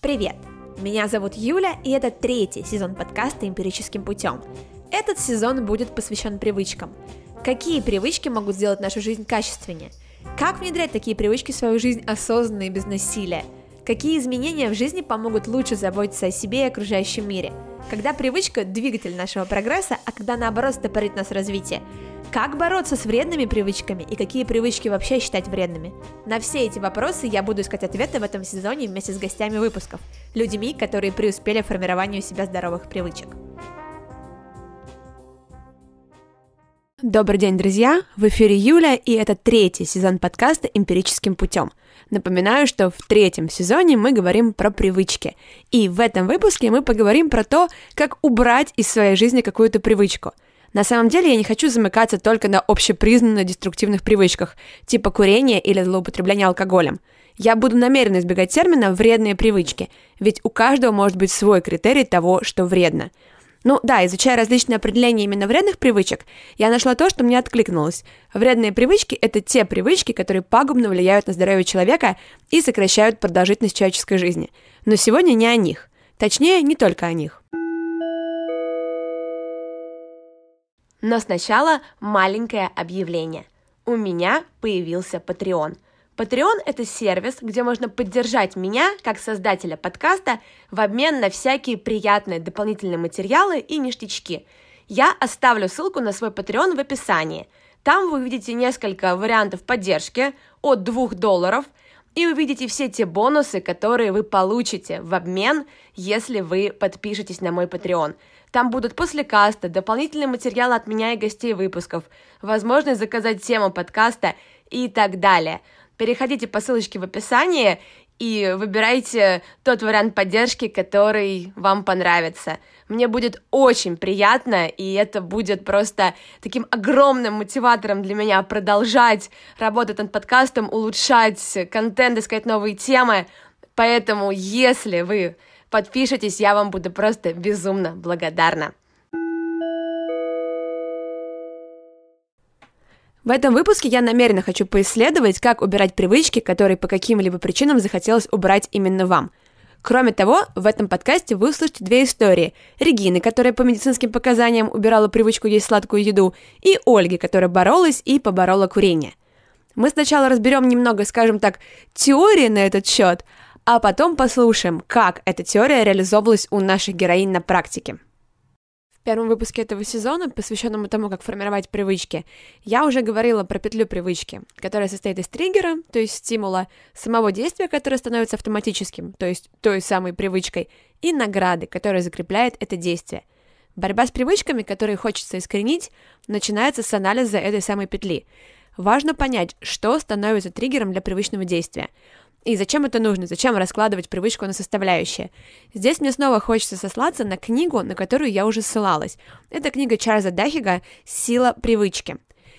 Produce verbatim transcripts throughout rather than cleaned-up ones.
Привет! Меня зовут Юля, и это третий сезон подкаста «Эмпирическим путем». Этот сезон будет посвящен привычкам. Какие привычки могут сделать нашу жизнь качественнее? Как внедрять такие привычки в свою жизнь осознанно и без насилия? Какие изменения в жизни помогут лучше заботиться о себе и окружающем мире? Когда привычка – двигатель нашего прогресса, а когда наоборот стопорит нас развитие? Как бороться с вредными привычками и какие привычки вообще считать вредными? На все эти вопросы я буду искать ответы в этом сезоне вместе с гостями выпусков, людьми, которые преуспели в формировании у себя здоровых привычек. Добрый день, друзья! В эфире Юля, и это третий сезон подкаста «Эмпирическим путем». Напоминаю, что в третьем сезоне мы говорим про привычки, и в этом выпуске мы поговорим про то, как убрать из своей жизни какую-то привычку. На самом деле я не хочу замыкаться только на общепризнанно деструктивных привычках, типа курения или злоупотребления алкоголем. Я буду намеренно избегать термина «вредные привычки», ведь у каждого может быть свой критерий того, что вредно. Ну да, изучая различные определения именно вредных привычек, я нашла то, что мне откликнулось. Вредные привычки – это те привычки, которые пагубно влияют на здоровье человека и сокращают продолжительность человеческой жизни. Но сегодня не о них. Точнее, не только о них. Но сначала маленькое объявление. У меня появился Patreon. Patreon – это сервис, где можно поддержать меня, как создателя подкаста, в обмен на всякие приятные дополнительные материалы и ништячки. Я оставлю ссылку на свой Patreon в описании. Там вы увидите несколько вариантов поддержки от двух долларов, и увидите все те бонусы, которые вы получите в обмен, если вы подпишетесь на мой Patreon. Там будут после каста дополнительные материалы от меня и гостей выпусков, возможность заказать тему подкаста и так далее. Переходите по ссылочке в описании и выбирайте тот вариант поддержки, который вам понравится. Мне будет очень приятно, и это будет просто таким огромным мотиватором для меня продолжать работать над подкастом, улучшать контент, искать новые темы. Поэтому, если вы подпишитесь, я вам буду просто безумно благодарна. В этом выпуске я намеренно хочу поисследовать, как убирать привычки, которые по каким-либо причинам захотелось убрать именно вам. Кроме того, в этом подкасте вы услышите две истории. Регины, которая по медицинским показаниям убирала привычку есть сладкую еду, и Ольги, которая боролась и поборола курение. Мы сначала разберем немного, скажем так, теории на этот счет, а потом послушаем, как эта теория реализовывалась у наших героинь на практике. В первом выпуске этого сезона, посвященном тому, как формировать привычки, я уже говорила про петлю привычки, которая состоит из триггера, то есть стимула, самого действия, которое становится автоматическим, то есть той самой привычкой, и награды, которая закрепляет это действие. Борьба с привычками, которые хочется искоренить, начинается с анализа этой самой петли. Важно понять, что становится триггером для привычного действия. И зачем это нужно? Зачем раскладывать привычку на составляющие? Здесь мне снова хочется сослаться на книгу, на которую я уже ссылалась. Это книга Чарльза Дахига «Сила привычки».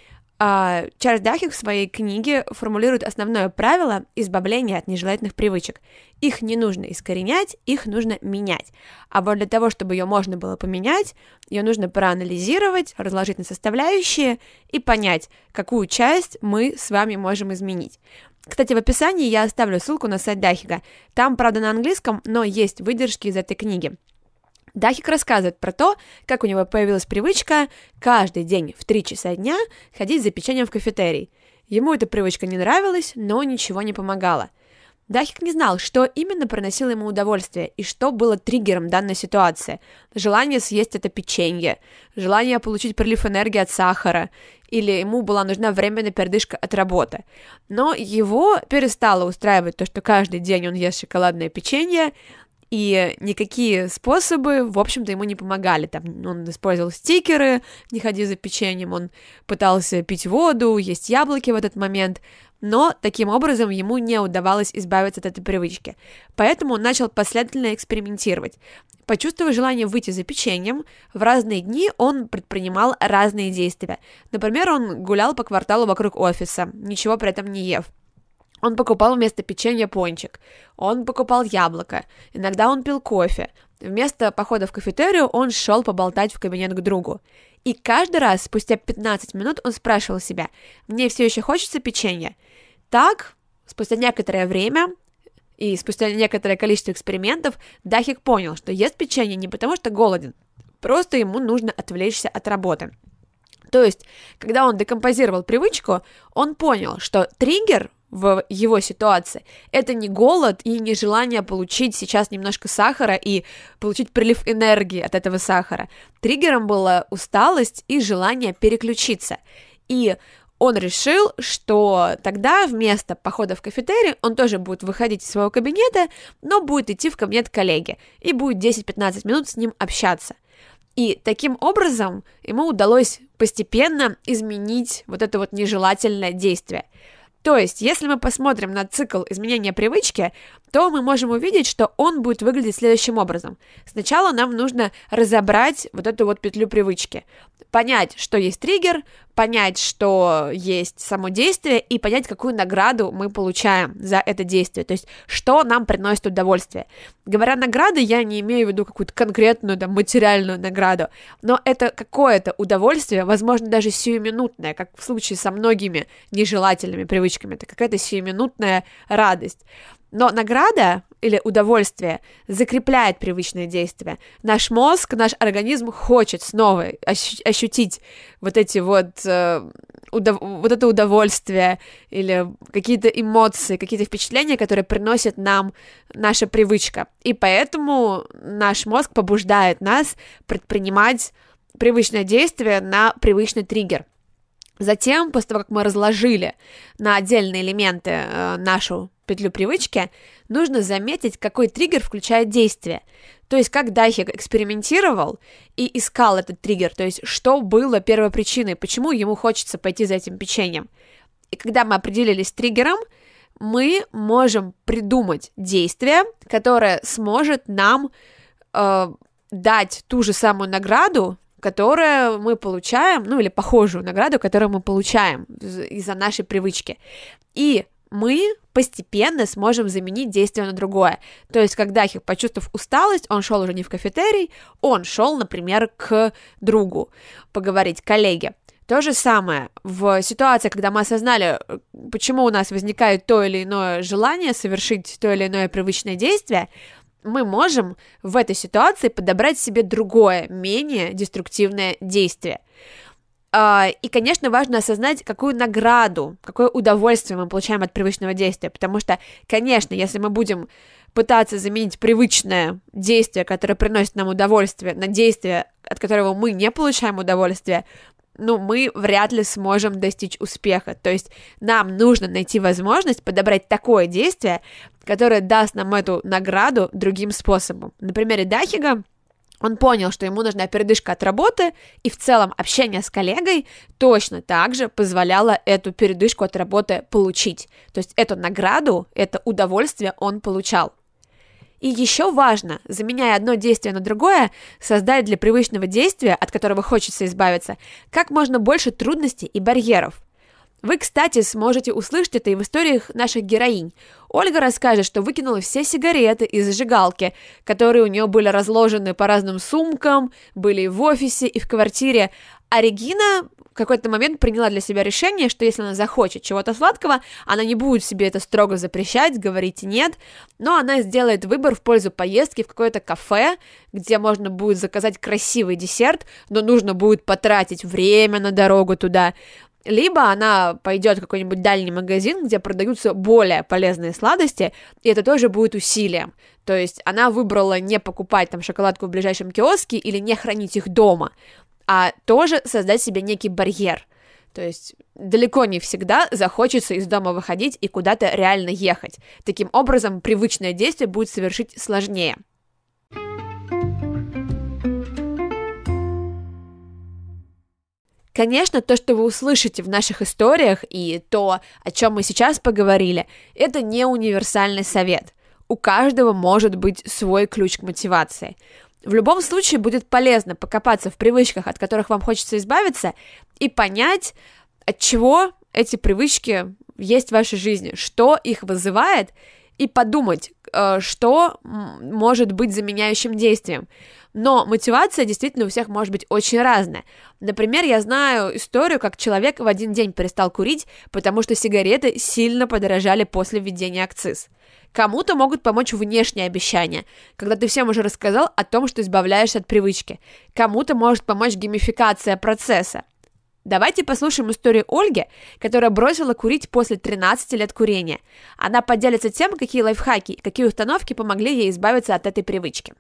А Чарльз Дахиг в своей книге формулирует основное правило избавления от нежелательных привычек. Их не нужно искоренять, их нужно менять. А вот для того, чтобы ее можно было поменять, ее нужно проанализировать, разложить на составляющие и понять, какую часть мы с вами можем изменить. Кстати, в описании я оставлю ссылку на сайт Дахига. Там, правда, на английском, но есть выдержки из этой книги. Дахиг рассказывает про то, как у него появилась привычка каждый день в три часа дня ходить за печеньем в кафетерий. Ему эта привычка не нравилась, но ничего не помогало. Дахиг не знал, что именно приносило ему удовольствие и что было триггером данной ситуации. Желание съесть это печенье, желание получить прилив энергии от сахара, или ему была нужна временная передышка от работы. Но его перестало устраивать то, что каждый день он ест шоколадное печенье, и никакие способы, в общем-то, ему не помогали. Там он использовал стикеры «Не ходи за печеньем», он пытался пить воду, есть яблоки в этот момент, но таким образом ему не удавалось избавиться от этой привычки. Поэтому он начал последовательно экспериментировать. Почувствовав желание выйти за печеньем, в разные дни он предпринимал разные действия. Например, он гулял по кварталу вокруг офиса, ничего при этом не ев. Он покупал вместо печенья пончик, он покупал яблоко, иногда он пил кофе. Вместо похода в кафетерию он шел поболтать в кабинет к другу. И каждый раз, спустя пятнадцать минут, он спрашивал себя: «Мне все еще хочется печенья?» Так, спустя некоторое время, И спустя некоторое количество экспериментов Дахик понял, что ест печенье не потому, что голоден, просто ему нужно отвлечься от работы. То есть, когда он декомпозировал привычку, он понял, что триггер в его ситуации – это не голод и не желание получить сейчас немножко сахара и получить прилив энергии от этого сахара. Триггером была усталость и желание переключиться. И он решил, что тогда вместо похода в кафетерий он тоже будет выходить из своего кабинета, но будет идти в кабинет коллеги и будет десять-пятнадцать минут с ним общаться. И таким образом ему удалось постепенно изменить вот это вот нежелательное действие. То есть, если мы посмотрим на цикл изменения привычки, то мы можем увидеть, что он будет выглядеть следующим образом. Сначала нам нужно разобрать вот эту вот петлю привычки, понять, что есть триггер, понять, что есть само действие, и понять, какую награду мы получаем за это действие, то есть, что нам приносит удовольствие. Говоря награды, я не имею в виду какую-то конкретную, там, материальную награду, но это какое-то удовольствие, возможно, даже сиюминутное, как в случае со многими нежелательными привычками, это какая-то сиюминутная радость. Но награда или удовольствие закрепляет привычное действие. Наш мозг, наш организм хочет снова ощ- ощутить вот эти вот, э, удов- вот это удовольствие или какие-то эмоции, какие-то впечатления, которые приносит нам наша привычка. И поэтому наш мозг побуждает нас предпринимать привычное действие на привычный триггер. Затем, после того, как мы разложили на отдельные элементы э, нашу петлю привычки, нужно заметить, какой триггер включает действие. То есть, как Дахик экспериментировал и искал этот триггер, то есть, что было первопричиной, почему ему хочется пойти за этим печеньем. И когда мы определились с триггером, мы можем придумать действие, которое сможет нам э, дать ту же самую награду, которую мы получаем, ну или похожую награду, которую мы получаем из-за нашей привычки. И мы постепенно сможем заменить действие на другое. То есть, когда Дахик, почувствовав усталость, он шел уже не в кафетерий, он шел, например, к другу поговорить, к коллеге. То же самое в ситуации, когда мы осознали, почему у нас возникает то или иное желание совершить то или иное привычное действие, мы можем в этой ситуации подобрать себе другое, менее деструктивное действие. И, конечно, важно осознать, какую награду, какое удовольствие мы получаем от привычного действия, потому что, конечно, если мы будем пытаться заменить привычное действие, которое приносит нам удовольствие, на действие, от которого мы не получаем удовольствие, ну, мы вряд ли сможем достичь успеха. То есть нам нужно найти возможность подобрать такое действие, которое даст нам эту награду другим способом. На примере Дахига он понял, что ему нужна передышка от работы, и в целом общение с коллегой точно так же позволяло эту передышку от работы получить. То есть эту награду, это удовольствие он получал. И еще важно, заменяя одно действие на другое, создать для привычного действия, от которого хочется избавиться, как можно больше трудностей и барьеров. Вы, кстати, сможете услышать это и в историях наших героинь. Ольга расскажет, что выкинула все сигареты и зажигалки, которые у нее были разложены по разным сумкам, были и в офисе, и в квартире. А Регина в какой-то момент приняла для себя решение, что если она захочет чего-то сладкого, она не будет себе это строго запрещать, говорить нет, но она сделает выбор в пользу поездки в какое-то кафе, где можно будет заказать красивый десерт, но нужно будет потратить время на дорогу туда. Либо она пойдет в какой-нибудь дальний магазин, где продаются более полезные сладости, и это тоже будет усилием. То есть она выбрала не покупать там шоколадку в ближайшем киоске или не хранить их дома, а тоже создать себе некий барьер. То есть далеко не всегда захочется из дома выходить и куда-то реально ехать. Таким образом, привычное действие будет совершить сложнее. Конечно, то, что вы услышите в наших историях, и то, о чем мы сейчас поговорили, это не универсальный совет. У каждого может быть свой ключ к мотивации. В любом случае будет полезно покопаться в привычках, от которых вам хочется избавиться, и понять, от чего эти привычки есть в вашей жизни, что их вызывает, и подумать, э, что м, может быть заменяющим действием. Но мотивация действительно у всех может быть очень разная. Например, я знаю историю, как человек в один день перестал курить, потому что сигареты сильно подорожали после введения акциз. Кому-то могут помочь внешние обещания, когда ты всем уже рассказал о том, что избавляешься от привычки. Кому-то может помочь геймификация процесса. Давайте послушаем историю Ольги, которая бросила курить после тринадцати лет курения. Она поделится тем, какие лайфхаки и какие установки помогли ей избавиться от этой привычки.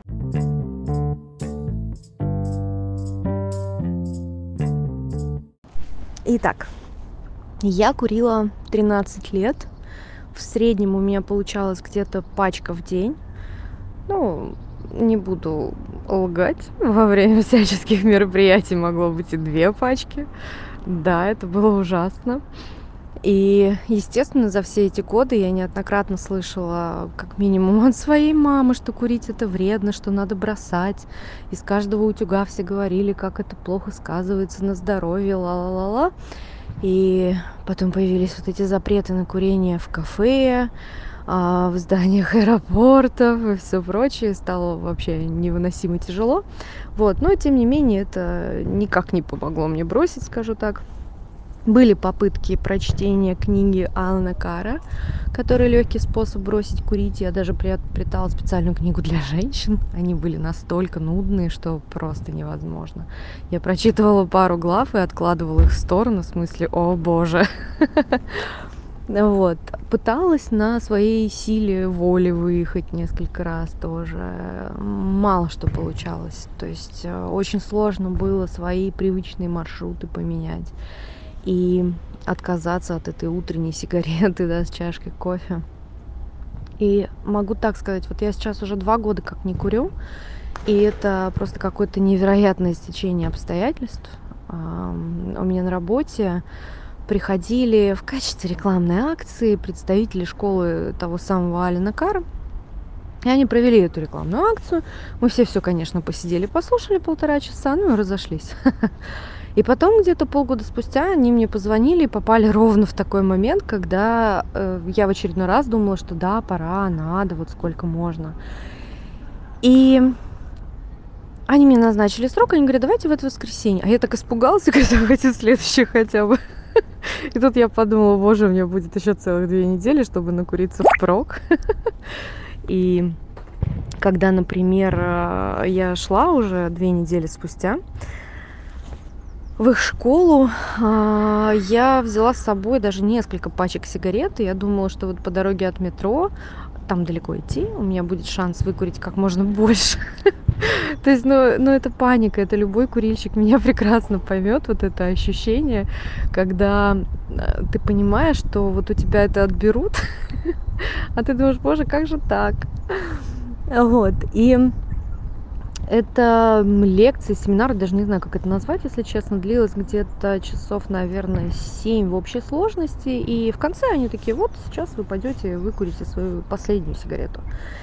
Итак, я курила тринадцать лет. В среднем у меня получалось где-то пачка в день. Ну, не буду лгать. Во время всяческих мероприятий могло быть и две пачки. Да, это было ужасно. И, естественно, за все эти годы я неоднократно слышала, как минимум от своей мамы, что курить это вредно, что надо бросать. Из каждого утюга все говорили, как это плохо сказывается на здоровье, ла-ла-ла-ла. И потом появились вот эти запреты на курение в кафе, в зданиях аэропортов и все прочее. Стало вообще невыносимо тяжело. Вот. Но, тем не менее, это никак не помогло мне бросить, скажу так. Были попытки прочтения книги Алана Карра, который «Легкий способ бросить курить». Я даже приобретала специальную книгу для женщин. Они были настолько нудные, что просто невозможно. Я прочитывала пару глав и откладывала их в сторону, в смысле «О, боже!». Вот. Пыталась на своей силе воли выехать несколько раз тоже. Мало что получалось. То есть очень сложно было свои привычные маршруты поменять. И отказаться от этой утренней сигареты, да, с чашкой кофе. И могу так сказать, вот я сейчас уже два года как не курю, и это просто какое-то невероятное стечение обстоятельств. У меня на работе приходили в качестве рекламной акции представители школы того самого Алана Карра. И они провели эту рекламную акцию. Мы все все, конечно, посидели, послушали полтора часа, ну и разошлись. И потом где-то полгода спустя они мне позвонили и попали ровно в такой момент, когда э, я в очередной раз думала, что да, пора, надо, вот сколько можно. И они мне назначили срок, они говорят, давайте в это воскресенье. А я так испугалась, говорю, давайте в следующее хотя бы. И тут я подумала, боже, у меня будет еще целых две недели, чтобы накуриться впрок. И когда, например, я шла уже две недели спустя в их школу, я взяла с собой даже несколько пачек сигарет, и я думала, что вот по дороге от метро, там далеко идти, у меня будет шанс выкурить как можно больше. То есть, ну, ну, это паника, это любой курильщик меня прекрасно поймет, вот это ощущение, когда ты понимаешь, что вот у тебя это отберут, а ты думаешь, боже, как же так? Вот, и это лекции, семинары, даже не знаю, как это назвать, если честно, длилось где-то часов, наверное, семь в общей сложности, и в конце они такие, вот сейчас вы пойдете выкурите свою последнюю сигарету.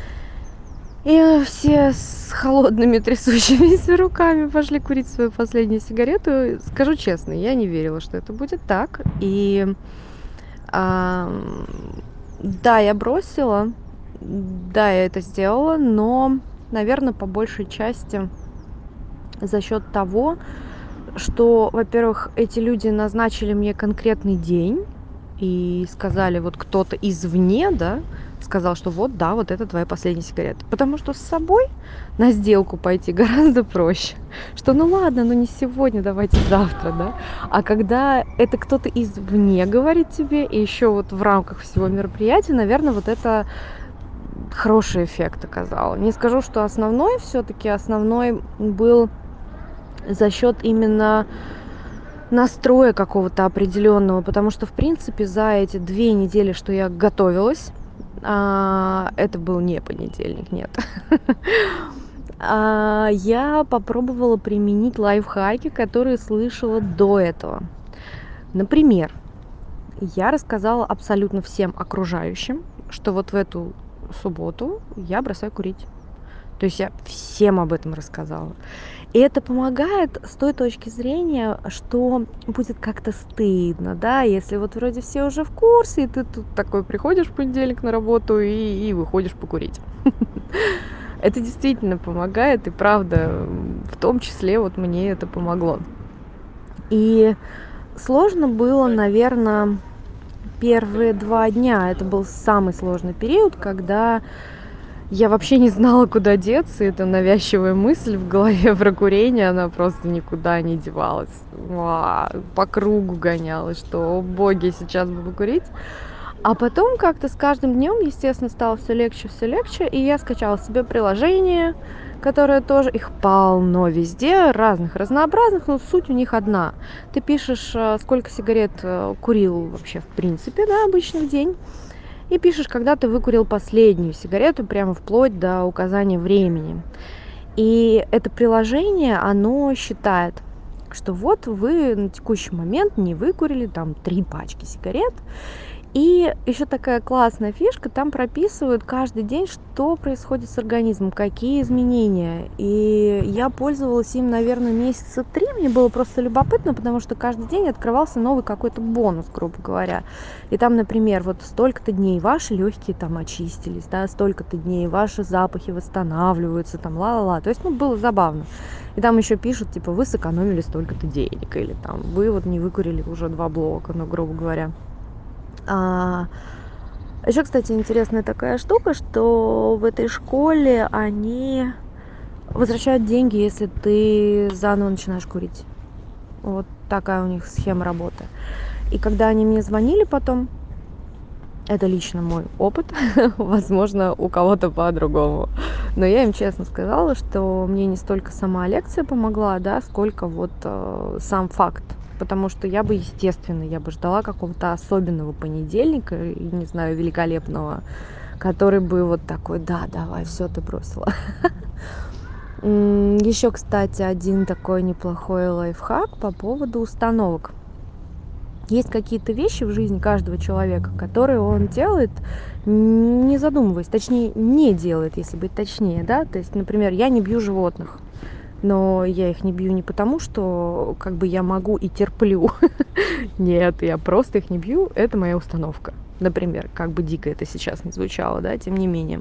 И все с холодными трясущимися руками пошли курить свою последнюю сигарету. Скажу честно, я не верила, что это будет так. И а, да, я бросила, да, я это сделала, но, наверное, по большей части за счет того, что, во-первых, эти люди назначили мне конкретный день и сказали, вот кто-то извне, да, сказал, что вот, да, вот это твоя последняя сигарета. Потому что с собой на сделку пойти гораздо проще. Что ну ладно, ну не сегодня, давайте завтра, да. А когда это кто-то извне говорит тебе, и еще вот в рамках всего мероприятия, наверное, вот это хороший эффект оказало. Не скажу, что основной, все-таки основной был за счет именно настроя какого-то определенного, потому что, в принципе, за эти две недели, что я готовилась, а, это был не понедельник, нет, а, я попробовала применить лайфхаки, которые слышала до этого. Например, я рассказала абсолютно всем окружающим, что вот в эту субботу я бросаю курить. То есть я всем об этом рассказала. И это помогает с той точки зрения, что будет как-то стыдно, да, если вот вроде все уже в курсе, и ты тут такой приходишь в понедельник на работу и, и выходишь покурить. Это действительно помогает, и правда, в том числе вот мне это помогло. И сложно было, наверное, первые два дня. Это был самый сложный период, когда я вообще не знала, куда деться. Эта навязчивая мысль в голове про курение, она просто никуда не девалась. Ва, по кругу гонялась, что, о боги, сейчас буду курить. А потом как-то с каждым днем, естественно, стало все легче, все легче, и я скачала себе приложение, которое тоже, их полно везде, разных, разнообразных, но суть у них одна. Ты пишешь, сколько сигарет курил вообще в принципе, да, обычно в день, и пишешь, когда ты выкурил последнюю сигарету, прямо вплоть до указания времени. И это приложение, оно считает, что вот вы на текущий момент не выкурили там три пачки сигарет. И еще такая классная фишка, там прописывают каждый день, что происходит с организмом, какие изменения. И я пользовалась им, наверное, месяца три. Мне было просто любопытно, потому что каждый день открывался новый какой-то бонус, грубо говоря. И там, например, вот столько-то дней ваши легкие там очистились, да, столько-то дней ваши запахи восстанавливаются, там, ла-ла-ла. То есть, ну, было забавно. И там еще пишут, типа, вы сэкономили столько-то денег, или там, вы вот не выкурили уже два блока, ну, грубо говоря. А, еще, кстати, интересная такая штука, что в этой школе они возвращают деньги, если ты заново начинаешь курить. Вот такая у них схема работы. И когда они мне звонили потом, это лично мой опыт, возможно, у кого-то по-другому, но я им честно сказала, что мне не столько сама лекция помогла, да, сколько вот э, сам факт. Потому что я бы, естественно, я бы ждала какого-то особенного понедельника, не знаю, великолепного, который бы вот такой, да, давай, все, ты бросила. Еще, кстати, один такой неплохой лайфхак по поводу установок. Есть какие-то вещи в жизни каждого человека, которые он делает, не задумываясь, точнее, не делает, если быть точнее, да. То есть, например, я не бью животных. Но я их не бью не потому, что как бы я могу и терплю. Нет, я просто их не бью. Это моя установка. Например, как бы дико это сейчас не звучало, да, тем не менее.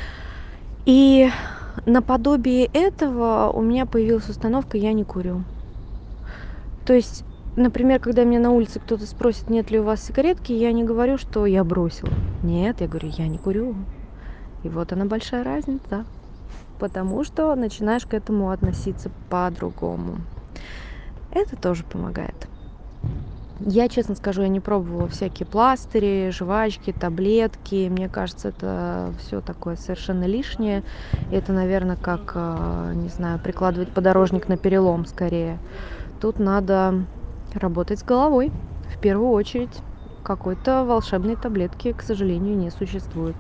И наподобие этого у меня появилась установка «я не курю». То есть, например, когда меня на улице кто-то спросит, нет ли у вас сигаретки, я не говорю, что я бросила. Нет, я говорю, я не курю. И вот она большая разница. Потому что начинаешь к этому относиться по-другому. Это тоже помогает. Я, честно скажу, я не пробовала всякие пластыри, жвачки, таблетки. Мне кажется, это все такое совершенно лишнее. Это, наверное, как, не знаю, прикладывать подорожник на перелом скорее. Тут надо работать с головой. В первую очередь, какой-то волшебной таблетки, к сожалению, не существует.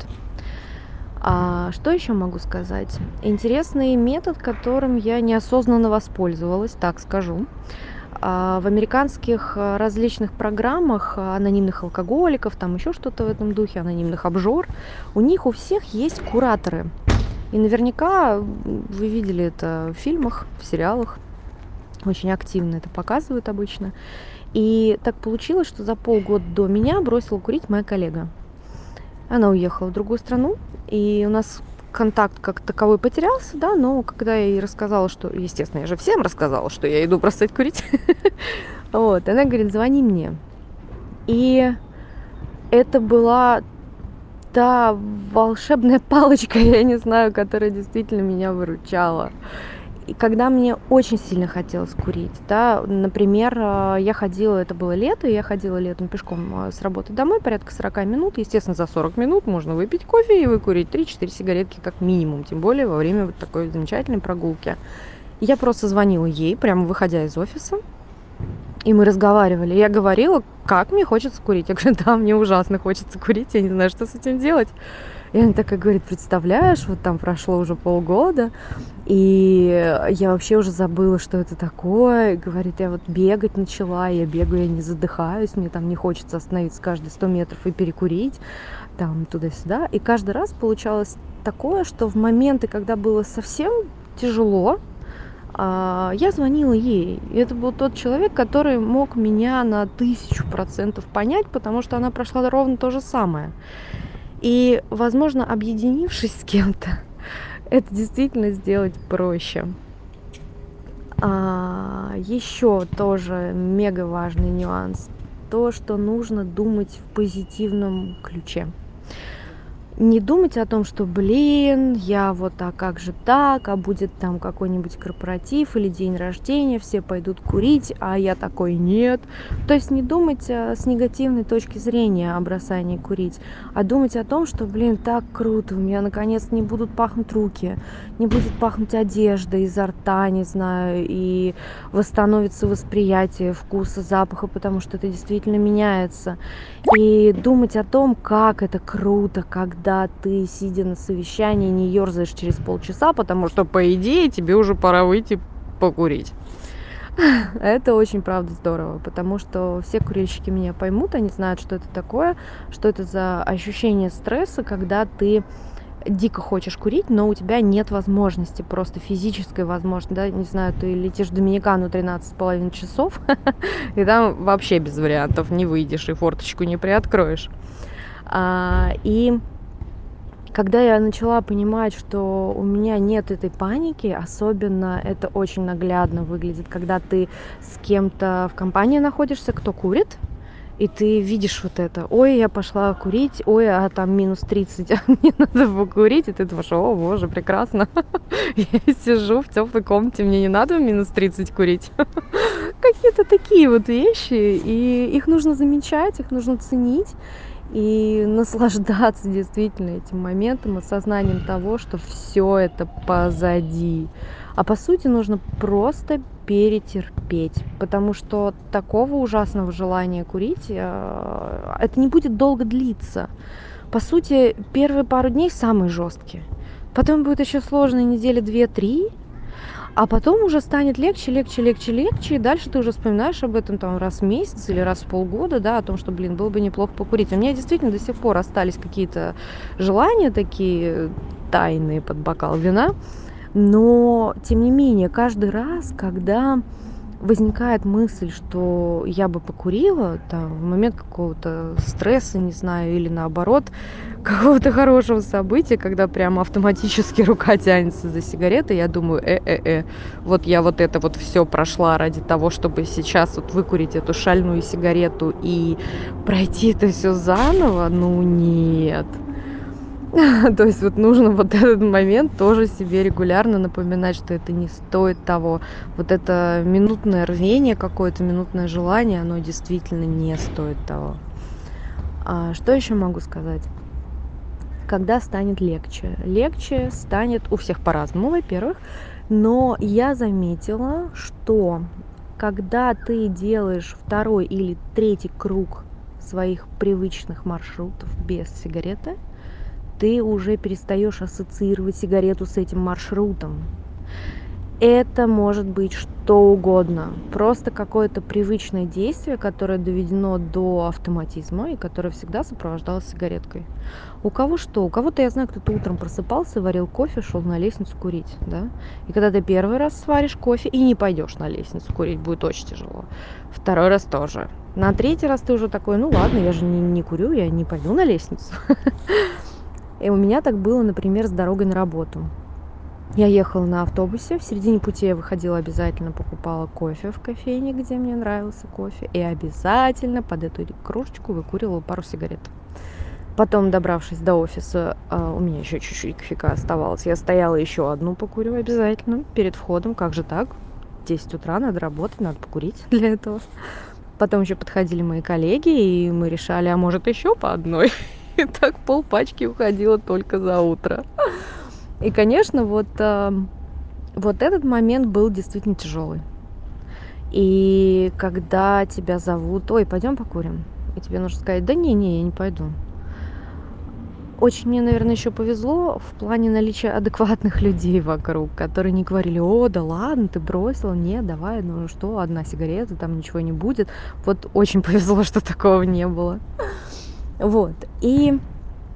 А что еще могу сказать? Интересный метод, которым я неосознанно воспользовалась, так скажу. А в американских различных программах анонимных алкоголиков, там еще что-то в этом духе, анонимных обжор, у них у всех есть кураторы. И наверняка вы видели это в фильмах, в сериалах. Очень активно это показывают обычно. И так получилось, что за полгода до меня бросила курить моя коллега. Она уехала в другую страну, и у нас контакт как таковой потерялся, да, но когда я ей рассказала, что, естественно, я же всем рассказала, что я иду бросать курить, вот, она говорит, звони мне. И это была та волшебная палочка, я не знаю, которая действительно меня выручала. И когда мне очень сильно хотелось курить, да, например, я ходила, это было лето, я ходила летом пешком с работы домой, порядка сорок минут, естественно, за сорок минут можно выпить кофе и выкурить три-четыре сигаретки как минимум, тем более во время вот такой замечательной прогулки. Я просто звонила ей, прямо выходя из офиса, и мы разговаривали. Я говорила, как мне хочется курить. Я говорю, да, мне ужасно хочется курить, я не знаю, что с этим делать. И она такая говорит, представляешь, вот там прошло уже полгода, и я вообще уже забыла, что это такое. И говорит, я вот бегать начала, я бегаю, я не задыхаюсь, мне там не хочется остановиться каждые сто метров и перекурить, там туда-сюда. И каждый раз получалось такое, что в моменты, когда было совсем тяжело, а, я звонила ей. И это был тот человек, который мог меня на тысячу процентов понять, потому что она прошла ровно то же самое. И, возможно, объединившись с кем-то, это действительно сделать проще. А, еще тоже мега важный нюанс. То, что нужно думать в позитивном ключе. Не думать о том, что, блин, я вот, а как же так, а будет там какой-нибудь корпоратив или день рождения, все пойдут курить, а я такой нет. То есть не думать а, с негативной точки зрения о бросании курить, а думать о том, что, блин, так круто, у меня наконец не будут пахнуть руки, не будет пахнуть одежда изо рта, не знаю, и восстановится восприятие вкуса, запаха, потому что это действительно меняется. И думать о том, как это круто, когда ты, сидя на совещании, не ерзаешь через полчаса, потому что, по идее, тебе уже пора выйти покурить. Это очень, правда, здорово, потому что все курильщики меня поймут, они знают, что это такое, что это за ощущение стресса, когда ты дико хочешь курить, но у тебя нет возможности, просто физической возможности, да, не знаю, ты летишь в Доминикану тринадцать с половиной часов, и там вообще без вариантов не выйдешь и форточку не приоткроешь. А, и когда я начала понимать, что у меня нет этой паники, особенно это очень наглядно выглядит, когда ты с кем-то в компании находишься, кто курит, и ты видишь вот это. Ой, я пошла курить, ой, а там минус тридцать, а мне надо покурить. И ты думаешь, о, боже, прекрасно. Я сижу в теплой комнате, мне не надо в минус тридцать курить. Какие-то такие вот вещи. И их нужно замечать, их нужно ценить. И наслаждаться действительно этим моментом, осознанием того, что все это позади. А по сути нужно просто перетерпеть, потому что такого ужасного желания курить, э, это не будет долго длиться. По сути, первые пару дней самые жесткие. Потом будет еще сложные недели две-три, а потом уже станет легче, легче, легче, легче, и дальше ты уже вспоминаешь об этом там раз в месяц или раз в полгода, да, о том, что, блин, было бы неплохо покурить. У меня действительно до сих пор остались какие-то желания такие тайные под бокал вина, но, тем не менее, каждый раз, когда возникает мысль, что я бы покурила, там, в момент какого-то стресса, не знаю, или наоборот, какого-то хорошего события, когда прям автоматически рука тянется за сигаретой, я думаю, э-э-э, вот я вот это вот все прошла ради того, чтобы сейчас вот выкурить эту шальную сигарету и пройти это все заново, ну нет. То есть вот нужно вот этот момент тоже себе регулярно напоминать, что это не стоит того. Вот это минутное рвение какое-то, минутное желание, оно действительно не стоит того. А что еще могу сказать? Когда станет легче? Легче станет у всех по-разному, во-первых. Но я заметила, что когда ты делаешь второй или третий круг своих привычных маршрутов без сигареты, ты уже перестаешь ассоциировать сигарету с этим маршрутом. Это может быть что угодно. Просто какое-то привычное действие, которое доведено до автоматизма и которое всегда сопровождалось сигареткой. У кого что? У кого-то, я знаю, кто-то утром просыпался, варил кофе, шел на лестницу курить, да? И когда ты первый раз сваришь кофе и не пойдешь на лестницу курить, будет очень тяжело. Второй раз тоже. На третий раз ты уже такой, ну ладно, я же не, не курю, я не пойду на лестницу. И у меня так было, например, с дорогой на работу. Я ехала на автобусе, в середине пути я выходила, обязательно покупала кофе в кофейне, где мне нравился кофе, и обязательно под эту кружечку выкуривала пару сигарет. Потом, добравшись до офиса, у меня еще чуть-чуть кофейка оставалось, я стояла еще одну покурю обязательно перед входом, как же так? В десять утра надо работать, надо покурить для этого. Потом еще подходили мои коллеги, и мы решали, а может еще по одной? И так полпачки уходило только за утро. И, конечно, вот, э, вот этот момент был действительно тяжелый. И когда тебя зовут, ой, пойдем покурим, и тебе нужно сказать, да не-не, я не пойду. Очень мне, наверное, еще повезло в плане наличия адекватных людей вокруг, которые не говорили, о, да ладно, ты бросила, нет, давай, ну что, одна сигарета, там ничего не будет. Вот очень повезло, что такого не было. Вот, и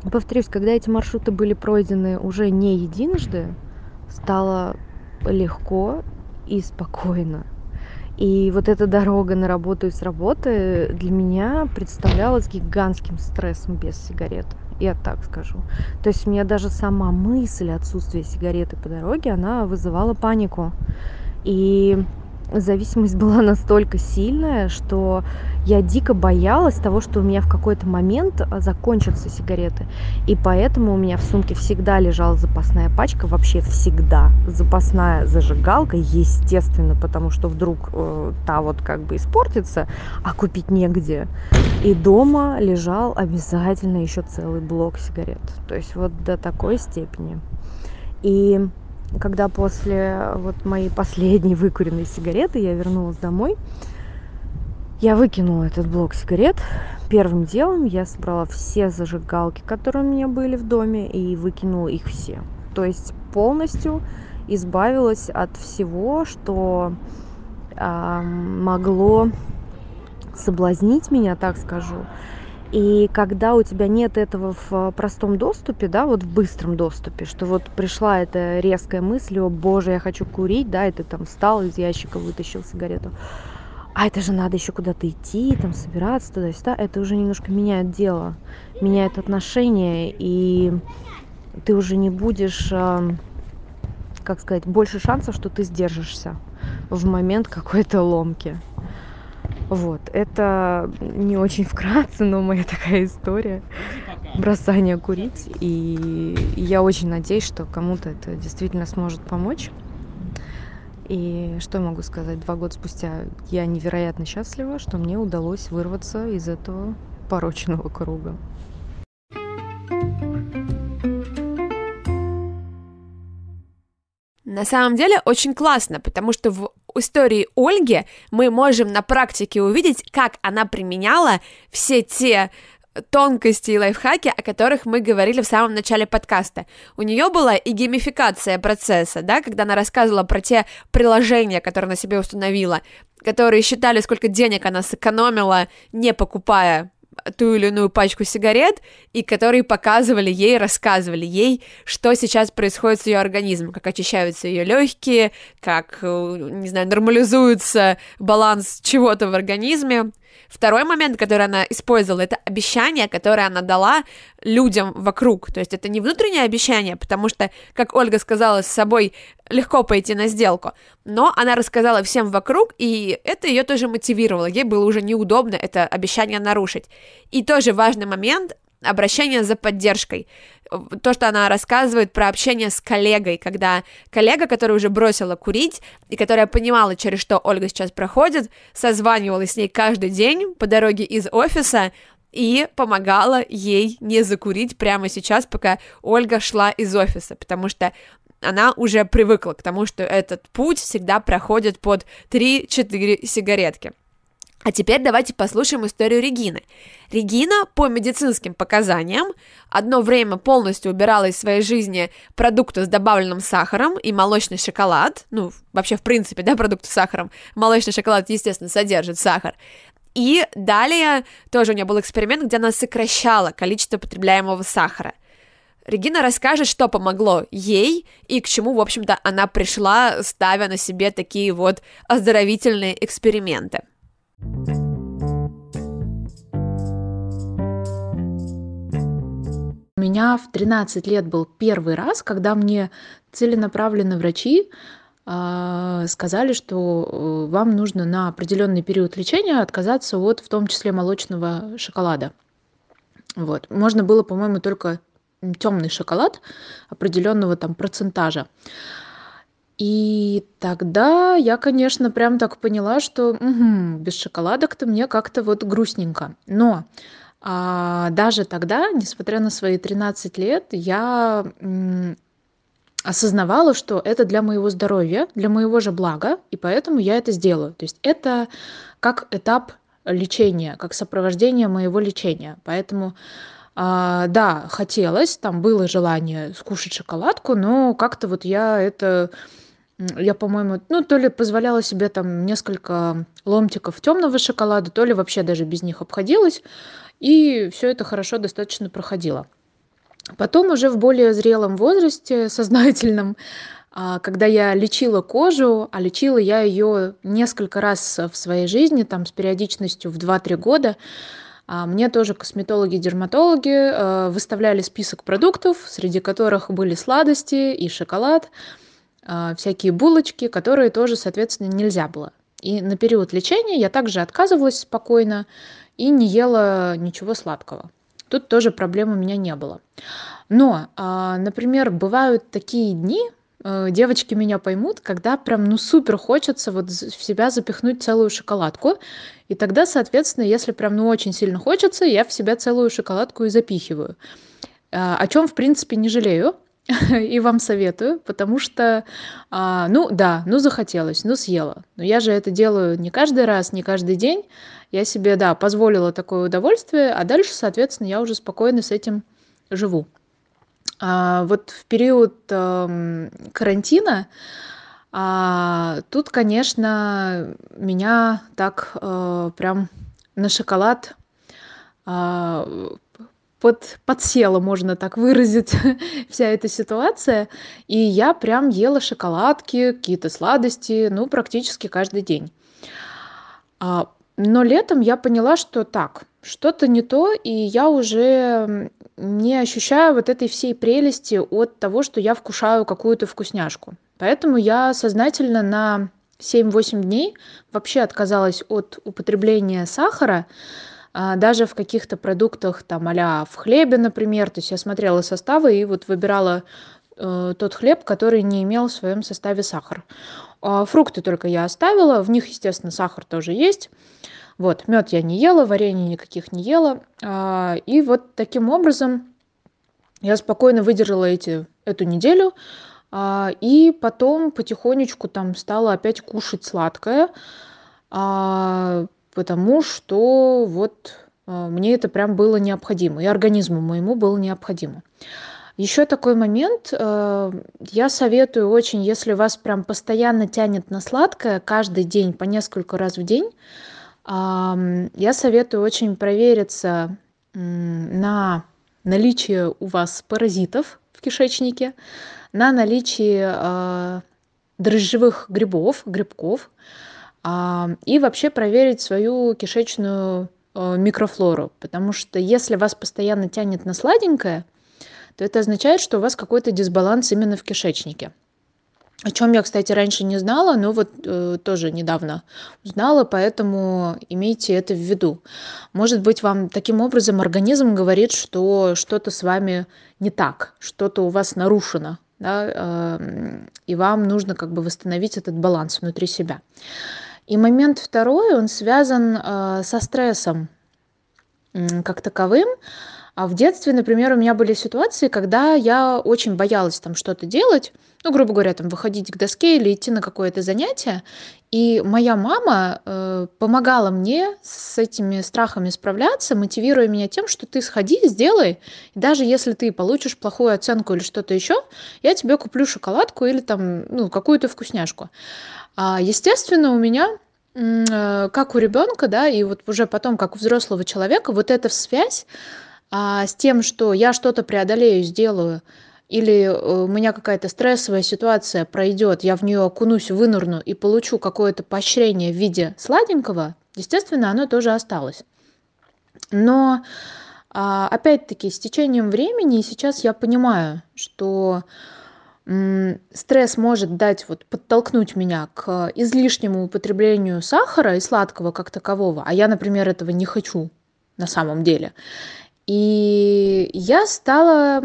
Повторюсь, когда эти маршруты были пройдены уже не единожды, стало легко и спокойно. И вот эта дорога на работу и с работы для меня представлялась гигантским стрессом без сигарет. Я так скажу. То есть мне даже сама мысль отсутствия сигареты по дороге, она вызывала панику. И зависимость была настолько сильная, что я дико боялась того, что у меня в какой-то момент закончатся сигареты. И поэтому у меня в сумке всегда лежала запасная пачка, вообще всегда. Запасная зажигалка, естественно, потому что вдруг э, та вот как бы испортится, а купить негде. И дома лежал обязательно еще целый блок сигарет. То есть вот до такой степени. И когда после вот моей последней выкуренной сигареты я вернулась домой, я выкинула этот блок сигарет. Первым делом я собрала все зажигалки, которые у меня были в доме, и выкинула их все. То есть полностью избавилась от всего, что э, могло соблазнить меня, так скажу. И когда у тебя нет этого в простом доступе, да, вот в быстром доступе, что вот пришла эта резкая мысль: о боже, я хочу курить, да, и ты там встал из ящика, вытащил сигарету, а это же надо еще куда-то идти, там собираться туда-сюда, это уже немножко меняет дело, меняет отношение, и ты уже не будешь, как сказать, больше шансов, что ты сдержишься в момент какой-то ломки. Вот, это не очень вкратце, но моя такая история бросания курить, и я очень надеюсь, что кому-то это действительно сможет помочь. И что я могу сказать, два года спустя я невероятно счастлива, что мне удалось вырваться из этого порочного круга. На самом деле очень классно, потому что в истории Ольги мы можем на практике увидеть, как она применяла все те тонкости и лайфхаки, о которых мы говорили в самом начале подкаста. У нее была и геймификация процесса, да, когда она рассказывала про те приложения, которые она себе установила, которые считали, сколько денег она сэкономила, не покупая ту или иную пачку сигарет, и которые показывали ей, рассказывали ей, что сейчас происходит с ее организмом, как очищаются ее легкие, как, не знаю, нормализуется баланс чего-то в организме. Второй момент, который она использовала, это обещание, которое она дала людям вокруг. То есть это не внутреннее обещание, потому что, как Ольга сказала, с собой легко пойти на сделку, но она рассказала всем вокруг, и это ее тоже мотивировало. Ей было уже неудобно это обещание нарушить. И тоже важный момент — обращение за поддержкой. То, что она рассказывает про общение с коллегой, когда коллега, которая уже бросила курить, и которая понимала, через что Ольга сейчас проходит, созванивалась с ней каждый день по дороге из офиса и помогала ей не закурить прямо сейчас, пока Ольга шла из офиса, потому что она уже привыкла к тому, что этот путь всегда проходит под три-четыре сигаретки. А теперь давайте послушаем историю Регины. Регина, по медицинским показаниям, одно время полностью убирала из своей жизни продукты с добавленным сахаром и молочный шоколад. Ну, вообще, в принципе, да, продукты с сахаром. Молочный шоколад, естественно, содержит сахар. И далее тоже у нее был эксперимент, где она сокращала количество потребляемого сахара. Регина расскажет, что помогло ей и к чему, в общем-то, она пришла, ставя на себе такие вот оздоровительные эксперименты. У меня в тринадцать лет был первый раз, когда мне целенаправленно врачи э, сказали, что вам нужно на определенный период лечения отказаться от, в том числе, молочного шоколада. Вот. Можно было, по-моему, только темный шоколад определенного там процентажа. И тогда я, конечно, прям так поняла, что угу, без шоколадок-то мне как-то вот грустненько. Но а, даже тогда, несмотря на свои тринадцать лет, я м, осознавала, что это для моего здоровья, для моего же блага, и поэтому я это сделаю. То есть это как этап лечения, как сопровождение моего лечения. Поэтому а, да, хотелось, там было желание скушать шоколадку, но как-то вот я это... Я, по-моему, ну, то ли позволяла себе там несколько ломтиков темного шоколада, то ли вообще даже без них обходилась, и все это хорошо достаточно проходило. Потом уже в более зрелом возрасте, сознательном, а, когда я лечила кожу, а лечила я ее несколько раз в своей жизни, там с периодичностью в два-три года, а, мне тоже косметологи-дерматологи э, выставляли список продуктов, среди которых были сладости и шоколад, а, всякие булочки, которые тоже, соответственно, нельзя было. И на период лечения я также отказывалась спокойно и не ела ничего сладкого. Тут тоже проблем у меня не было. Но, а, например, бывают такие дни, э, девочки меня поймут, когда прям ну супер хочется вот з- в себя запихнуть целую шоколадку. И тогда, соответственно, если прям ну очень сильно хочется, я в себя целую шоколадку и запихиваю. А, О чем, в принципе, не жалею и вам советую, потому что, а, ну да, ну захотелось, ну съела. Но я же это делаю не каждый раз, не каждый день. Я себе, да, позволила такое удовольствие, а дальше, соответственно, я уже спокойно с этим живу. А, вот в период ам, карантина а, тут, конечно, меня так э, прям на шоколад а, под, подсела, можно так выразить, вся эта ситуация. И я прям ела шоколадки, какие-то сладости, ну, практически каждый день. А, но летом я поняла, что так, что-то не то, и я уже м, не ощущаю вот этой всей прелести от того, что я вкушаю какую-то вкусняшку. Поэтому я сознательно на семь-восемь дней вообще отказалась от употребления сахара, а, даже в каких-то продуктах, там, а в хлебе, например. То есть я смотрела составы и вот выбирала э, тот хлеб, который не имел в своем составе сахар. А, Фрукты только я оставила, в них, естественно, сахар тоже есть. Вот, мед я не ела, варенье никаких не ела. А, И вот таким образом я спокойно выдержала эти, эту неделю. а, И потом потихонечку там стала опять кушать сладкое, а, потому что вот а, мне это прям было необходимо, и организму моему было необходимо. Еще такой момент, э, я советую очень, если вас прям постоянно тянет на сладкое, каждый день по несколько раз в день, ам, я советую очень провериться м, на наличие у вас паразитов в кишечнике, на наличие а, дрожжевых грибов, грибков, а, и вообще проверить свою кишечную э, микрофлору, потому что если вас постоянно тянет на сладенькое, то это означает, что у вас какой-то дисбаланс именно в кишечнике. О чем я, кстати, раньше не знала, но вот э, тоже недавно узнала, поэтому имейте это в виду. Может быть, вам таким образом организм говорит, что что-то с вами не так, что-то у вас нарушено, да, эм, и вам нужно как бы восстановить этот баланс внутри себя. И момент второй, он связан э, со стрессом м, как таковым. А в детстве, например, у меня были ситуации, когда я очень боялась там что-то делать, ну, грубо говоря, там выходить к доске или идти на какое-то занятие. И моя мама э, помогала мне с этими страхами справляться, мотивируя меня тем, что ты сходи, сделай, и даже если ты получишь плохую оценку или что-то еще, я тебе куплю шоколадку или там, ну, какую-то вкусняшку. А, естественно, у меня м, э, как у ребенка, да, и вот уже потом, как у взрослого человека, вот эта связь а, с тем, что я что-то преодолею, сделаю, или э, у меня какая-то стрессовая ситуация пройдет, я в нее окунусь, вынырну и получу какое-то поощрение в виде сладенького, естественно, оно тоже осталось. Но а, опять-таки с течением времени сейчас я понимаю, что м, стресс может дать, вот, подтолкнуть меня к излишнему употреблению сахара и сладкого как такового, а я, например, этого не хочу на самом деле. И я стала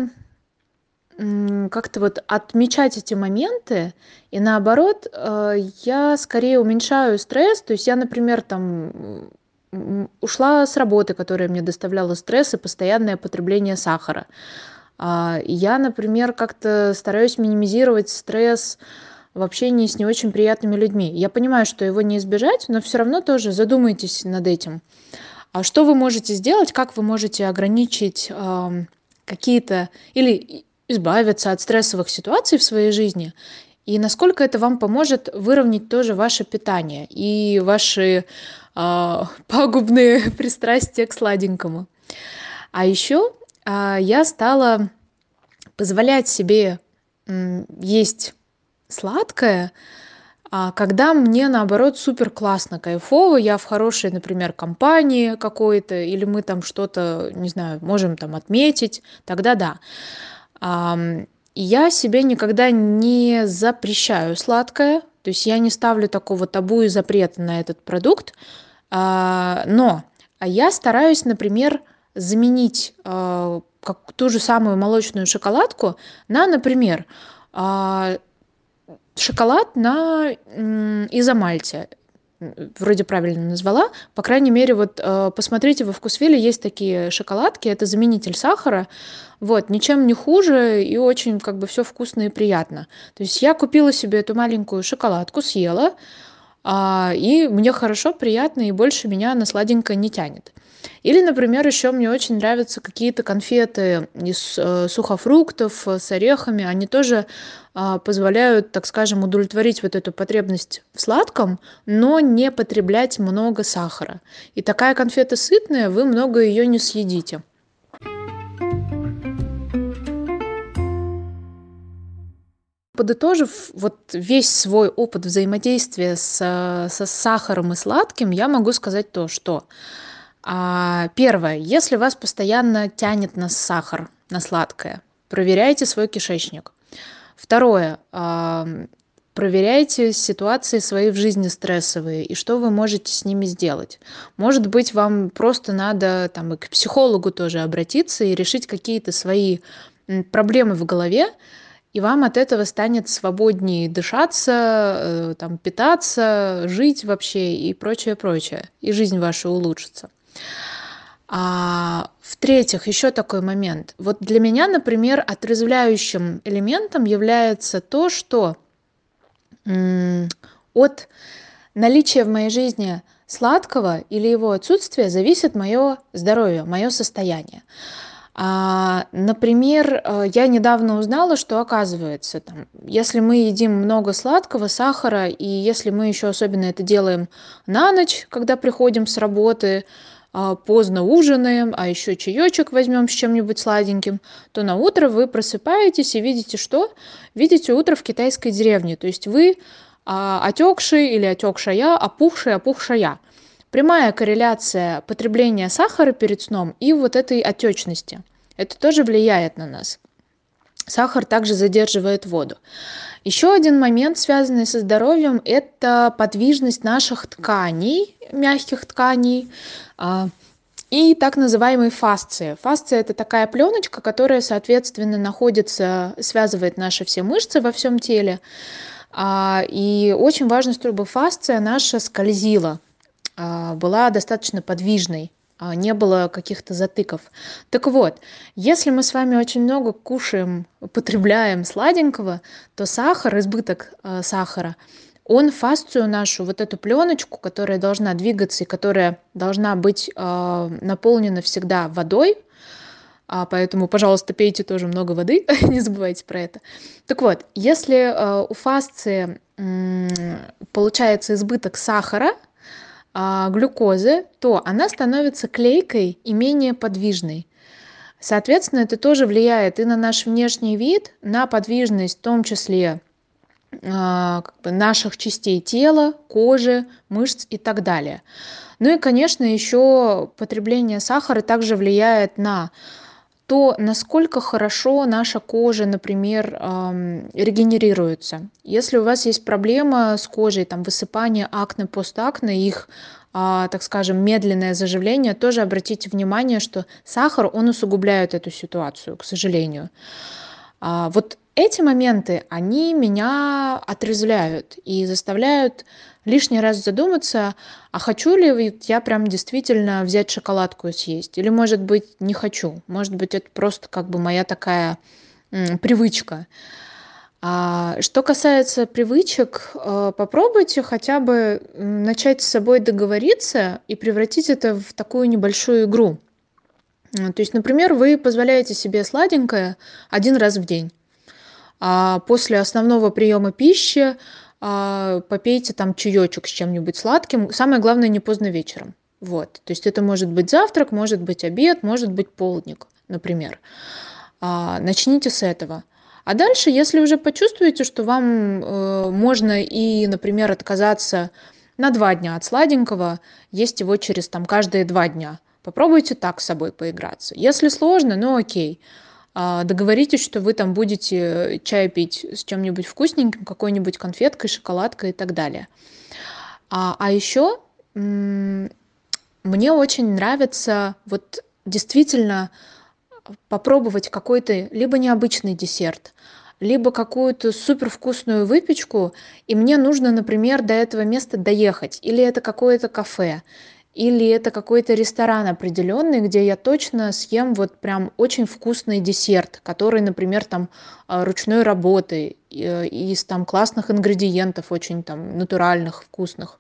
м, как-то вот отмечать эти моменты, и наоборот, э, я скорее уменьшаю стресс. То есть я, например, там м, ушла с работы, которая мне доставляла стресс и постоянное потребление сахара. А, и Я, например, как-то стараюсь минимизировать стресс в общении с не очень приятными людьми. Я понимаю, что его не избежать, но все равно тоже задумайтесь над этим. А что вы можете сделать, как вы можете ограничить ам, какие-то или и- избавиться от стрессовых ситуаций в своей жизни, и насколько это вам поможет выровнять тоже ваше питание и ваши а, пагубные пристрастия к сладенькому. А еще а, я стала позволять себе м, есть сладкое, а, когда мне, наоборот, супер классно, кайфово, я в хорошей, например, компании какой-то, или мы там что-то, не знаю, можем там отметить, тогда да. Ам, и я себе никогда не запрещаю сладкое, то есть я не ставлю такого табу и запрета на этот продукт, а, но а я стараюсь, например, заменить а, как ту же самую молочную шоколадку на, например, а, шоколад на м, изомальте. М, Вроде правильно назвала. По крайней мере, вот э, посмотрите, во Вкусвилле есть такие шоколадки, это заменитель сахара. Вот, ничем не хуже и очень как бы все вкусно и приятно. То есть я купила себе эту маленькую шоколадку, съела, а, и мне хорошо, приятно, и больше меня на сладенькое не тянет. Или, например, еще мне очень нравятся какие-то конфеты из э, сухофруктов э, с орехами. Они тоже а, позволяют, так скажем, удовлетворить вот эту потребность в сладком, но не потреблять много сахара. И такая конфета сытная, вы много ее не съедите. Подытожив вот весь свой опыт взаимодействия с, э, со сахаром и сладким, я могу сказать то, что а, первое, если вас постоянно тянет на сахар, на сладкое, проверяйте свой кишечник. Второе, а, проверяйте ситуации свои в жизни стрессовые и что вы можете с ними сделать. Может быть, вам просто надо там, и к психологу тоже обратиться и решить какие-то свои м, проблемы в голове, и вам от этого станет свободнее дышаться, э, там, питаться, жить вообще и прочее, прочее. И жизнь ваша улучшится. А, в-третьих, еще такой момент. Вот для меня, например, отрезвляющим элементом является то, что м, от наличия в моей жизни сладкого или его отсутствия зависит мое здоровье, мое состояние. А, например, э, я недавно узнала, что оказывается, там, если мы едим много сладкого, сахара, и если мы еще особенно это делаем на ночь, когда приходим с работы, а, поздно ужинаем, а еще чаечек возьмем с чем-нибудь сладеньким, то на утро вы просыпаетесь и видите что? Видите утро в китайской деревне. То есть вы а, отекший или отекшая, опухший, опухшая. Прямая корреляция потребления сахара перед сном и вот этой отечности. Это тоже влияет на нас. Сахар также задерживает воду. Еще один момент, связанный со здоровьем, это подвижность наших тканей, мягких тканей, а, и так называемой фасции. Фасция – это такая пленочка, которая, соответственно, находится, связывает наши все мышцы во всем теле. А, И очень важно, чтобы фасция наша скользила, а, была достаточно подвижной, а, не было каких-то затыков. Так вот, если мы с вами очень много кушаем, потребляем сладенького, то сахар, избыток а, сахара, он фасцию нашу, вот эту пленочку, которая должна двигаться и которая должна быть а, наполнена всегда водой, а поэтому, пожалуйста, пейте тоже много воды, не забывайте про это. Так вот, если а, у фасции м, получается избыток сахара, а, глюкозы, то она становится клейкой и менее подвижной. Соответственно, это тоже влияет и на наш внешний вид, на подвижность, в том числе а, как бы наших частей тела, кожи, мышц и так далее. Ну и, конечно, еще потребление сахара также влияет на то, насколько хорошо наша кожа, например, ам, регенерируется. Если у вас есть проблема с кожей, там высыпание, акне, постакне, их, а, так скажем, медленное заживление, тоже обратите внимание, что сахар, он усугубляет эту ситуацию, к сожалению. А, вот эти моменты, они меня отрезвляют и заставляют лишний раз задуматься, а хочу ли вот я прям действительно взять шоколадку и съесть? Или, может быть, не хочу? Может быть, это просто как бы моя такая м, привычка. А, что касается привычек, э, попробуйте хотя бы м, начать с собой договориться и превратить это в такую небольшую игру. М, То есть, например, вы позволяете себе сладенькое один раз в день. А после основного приема пищи а, попейте там чаечек с чем-нибудь сладким. Самое главное, не поздно вечером. Вот. То есть это может быть завтрак, может быть обед, может быть полдник, например. А, начните с этого. А дальше, если уже почувствуете, что вам э, можно и, например, отказаться на два дня от сладенького, есть его через там каждые два дня. Попробуйте так с собой поиграться. Если сложно, ну окей. А, договоритесь, что вы там будете чай пить с чем-нибудь вкусненьким, какой-нибудь конфеткой, шоколадкой и так далее. А, а еще м, мне очень нравится вот действительно попробовать какой-то либо необычный десерт, либо какую-то супер вкусную выпечку, и мне нужно, например, до этого места доехать. Или это какое-то кафе, или это какой-то ресторан определенный, где я точно съем вот прям очень вкусный десерт, который, например, там а, ручной работы, и, э, из там классных ингредиентов, очень там натуральных, вкусных.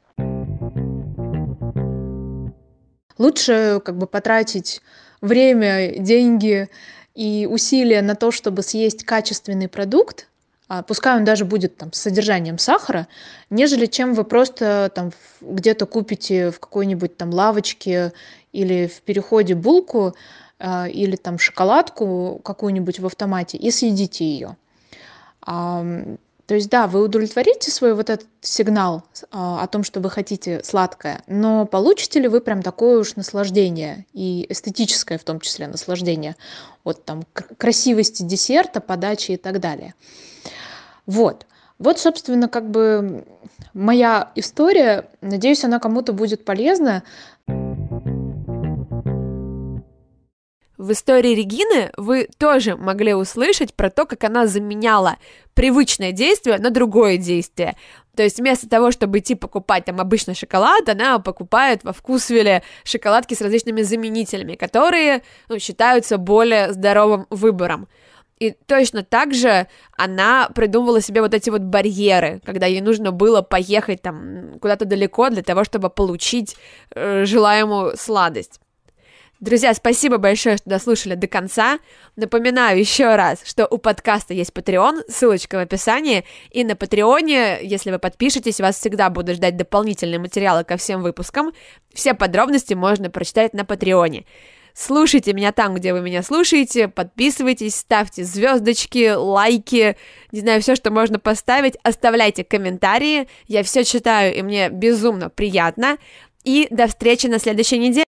Лучше как бы потратить время, деньги и усилия на то, чтобы съесть качественный продукт, а, пускай он даже будет там с содержанием сахара, нежели чем вы просто там в- где-то купите в какой-нибудь там лавочке или в переходе булку а, или там шоколадку какую-нибудь в автомате и съедите ее. Ам, то есть, да, вы удовлетворите свой вот этот сигнал с- а, о том, что вы хотите сладкое, но получите ли вы прям такое уж наслаждение и эстетическое в том числе наслаждение от там кр- красивости десерта, подачи и так далее. Вот. Вот, собственно, как бы моя история. Надеюсь, она кому-то будет полезна. В истории Регины вы тоже могли услышать про то, как она заменяла привычное действие на другое действие. То есть вместо того, чтобы идти покупать там обычный шоколад, она покупает во Вкусвилле шоколадки с различными заменителями, которые, ну, считаются более здоровым выбором. И точно так же она придумывала себе вот эти вот барьеры, когда ей нужно было поехать там куда-то далеко для того, чтобы получить э, желаемую сладость. Друзья, спасибо большое, что дослушали до конца. Напоминаю еще раз, что у подкаста есть Patreon, ссылочка в описании, и на Патреоне, если вы подпишетесь, вас всегда будут ждать дополнительные материалы ко всем выпускам. Все подробности можно прочитать на Патреоне. Слушайте меня там, где вы меня слушаете, подписывайтесь, ставьте звездочки, лайки, не знаю, все, что можно поставить, оставляйте комментарии, я все читаю, и мне безумно приятно. И до встречи на следующей неделе.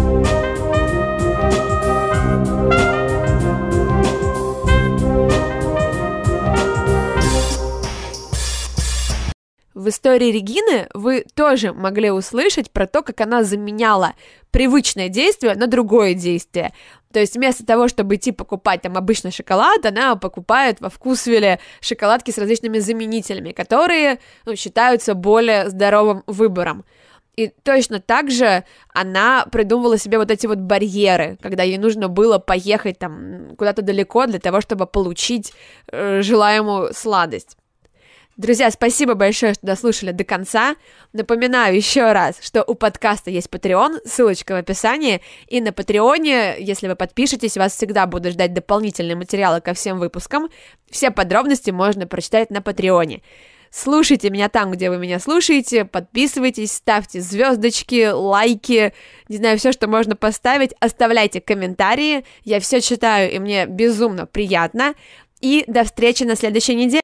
В истории Регины вы тоже могли услышать про то, как она заменяла привычное действие на другое действие. То есть вместо того, чтобы идти покупать там обычный шоколад, она покупает во Вкусвилле шоколадки с различными заменителями, которые, ну, считаются более здоровым выбором. И точно так же она придумывала себе вот эти вот барьеры, когда ей нужно было поехать там куда-то далеко для того, чтобы получить э, желаемую сладость. Друзья, спасибо большое, что дослушали до конца. Напоминаю еще раз, что у подкаста есть Patreon, ссылочка в описании, и на Патреоне, если вы подпишетесь, вас всегда будут ждать дополнительные материалы ко всем выпускам. Все подробности можно прочитать на Патреоне. Слушайте меня там, где вы меня слушаете, подписывайтесь, ставьте звездочки, лайки, не знаю, все, что можно поставить, оставляйте комментарии, я все читаю, и мне безумно приятно. И до встречи на следующей неделе.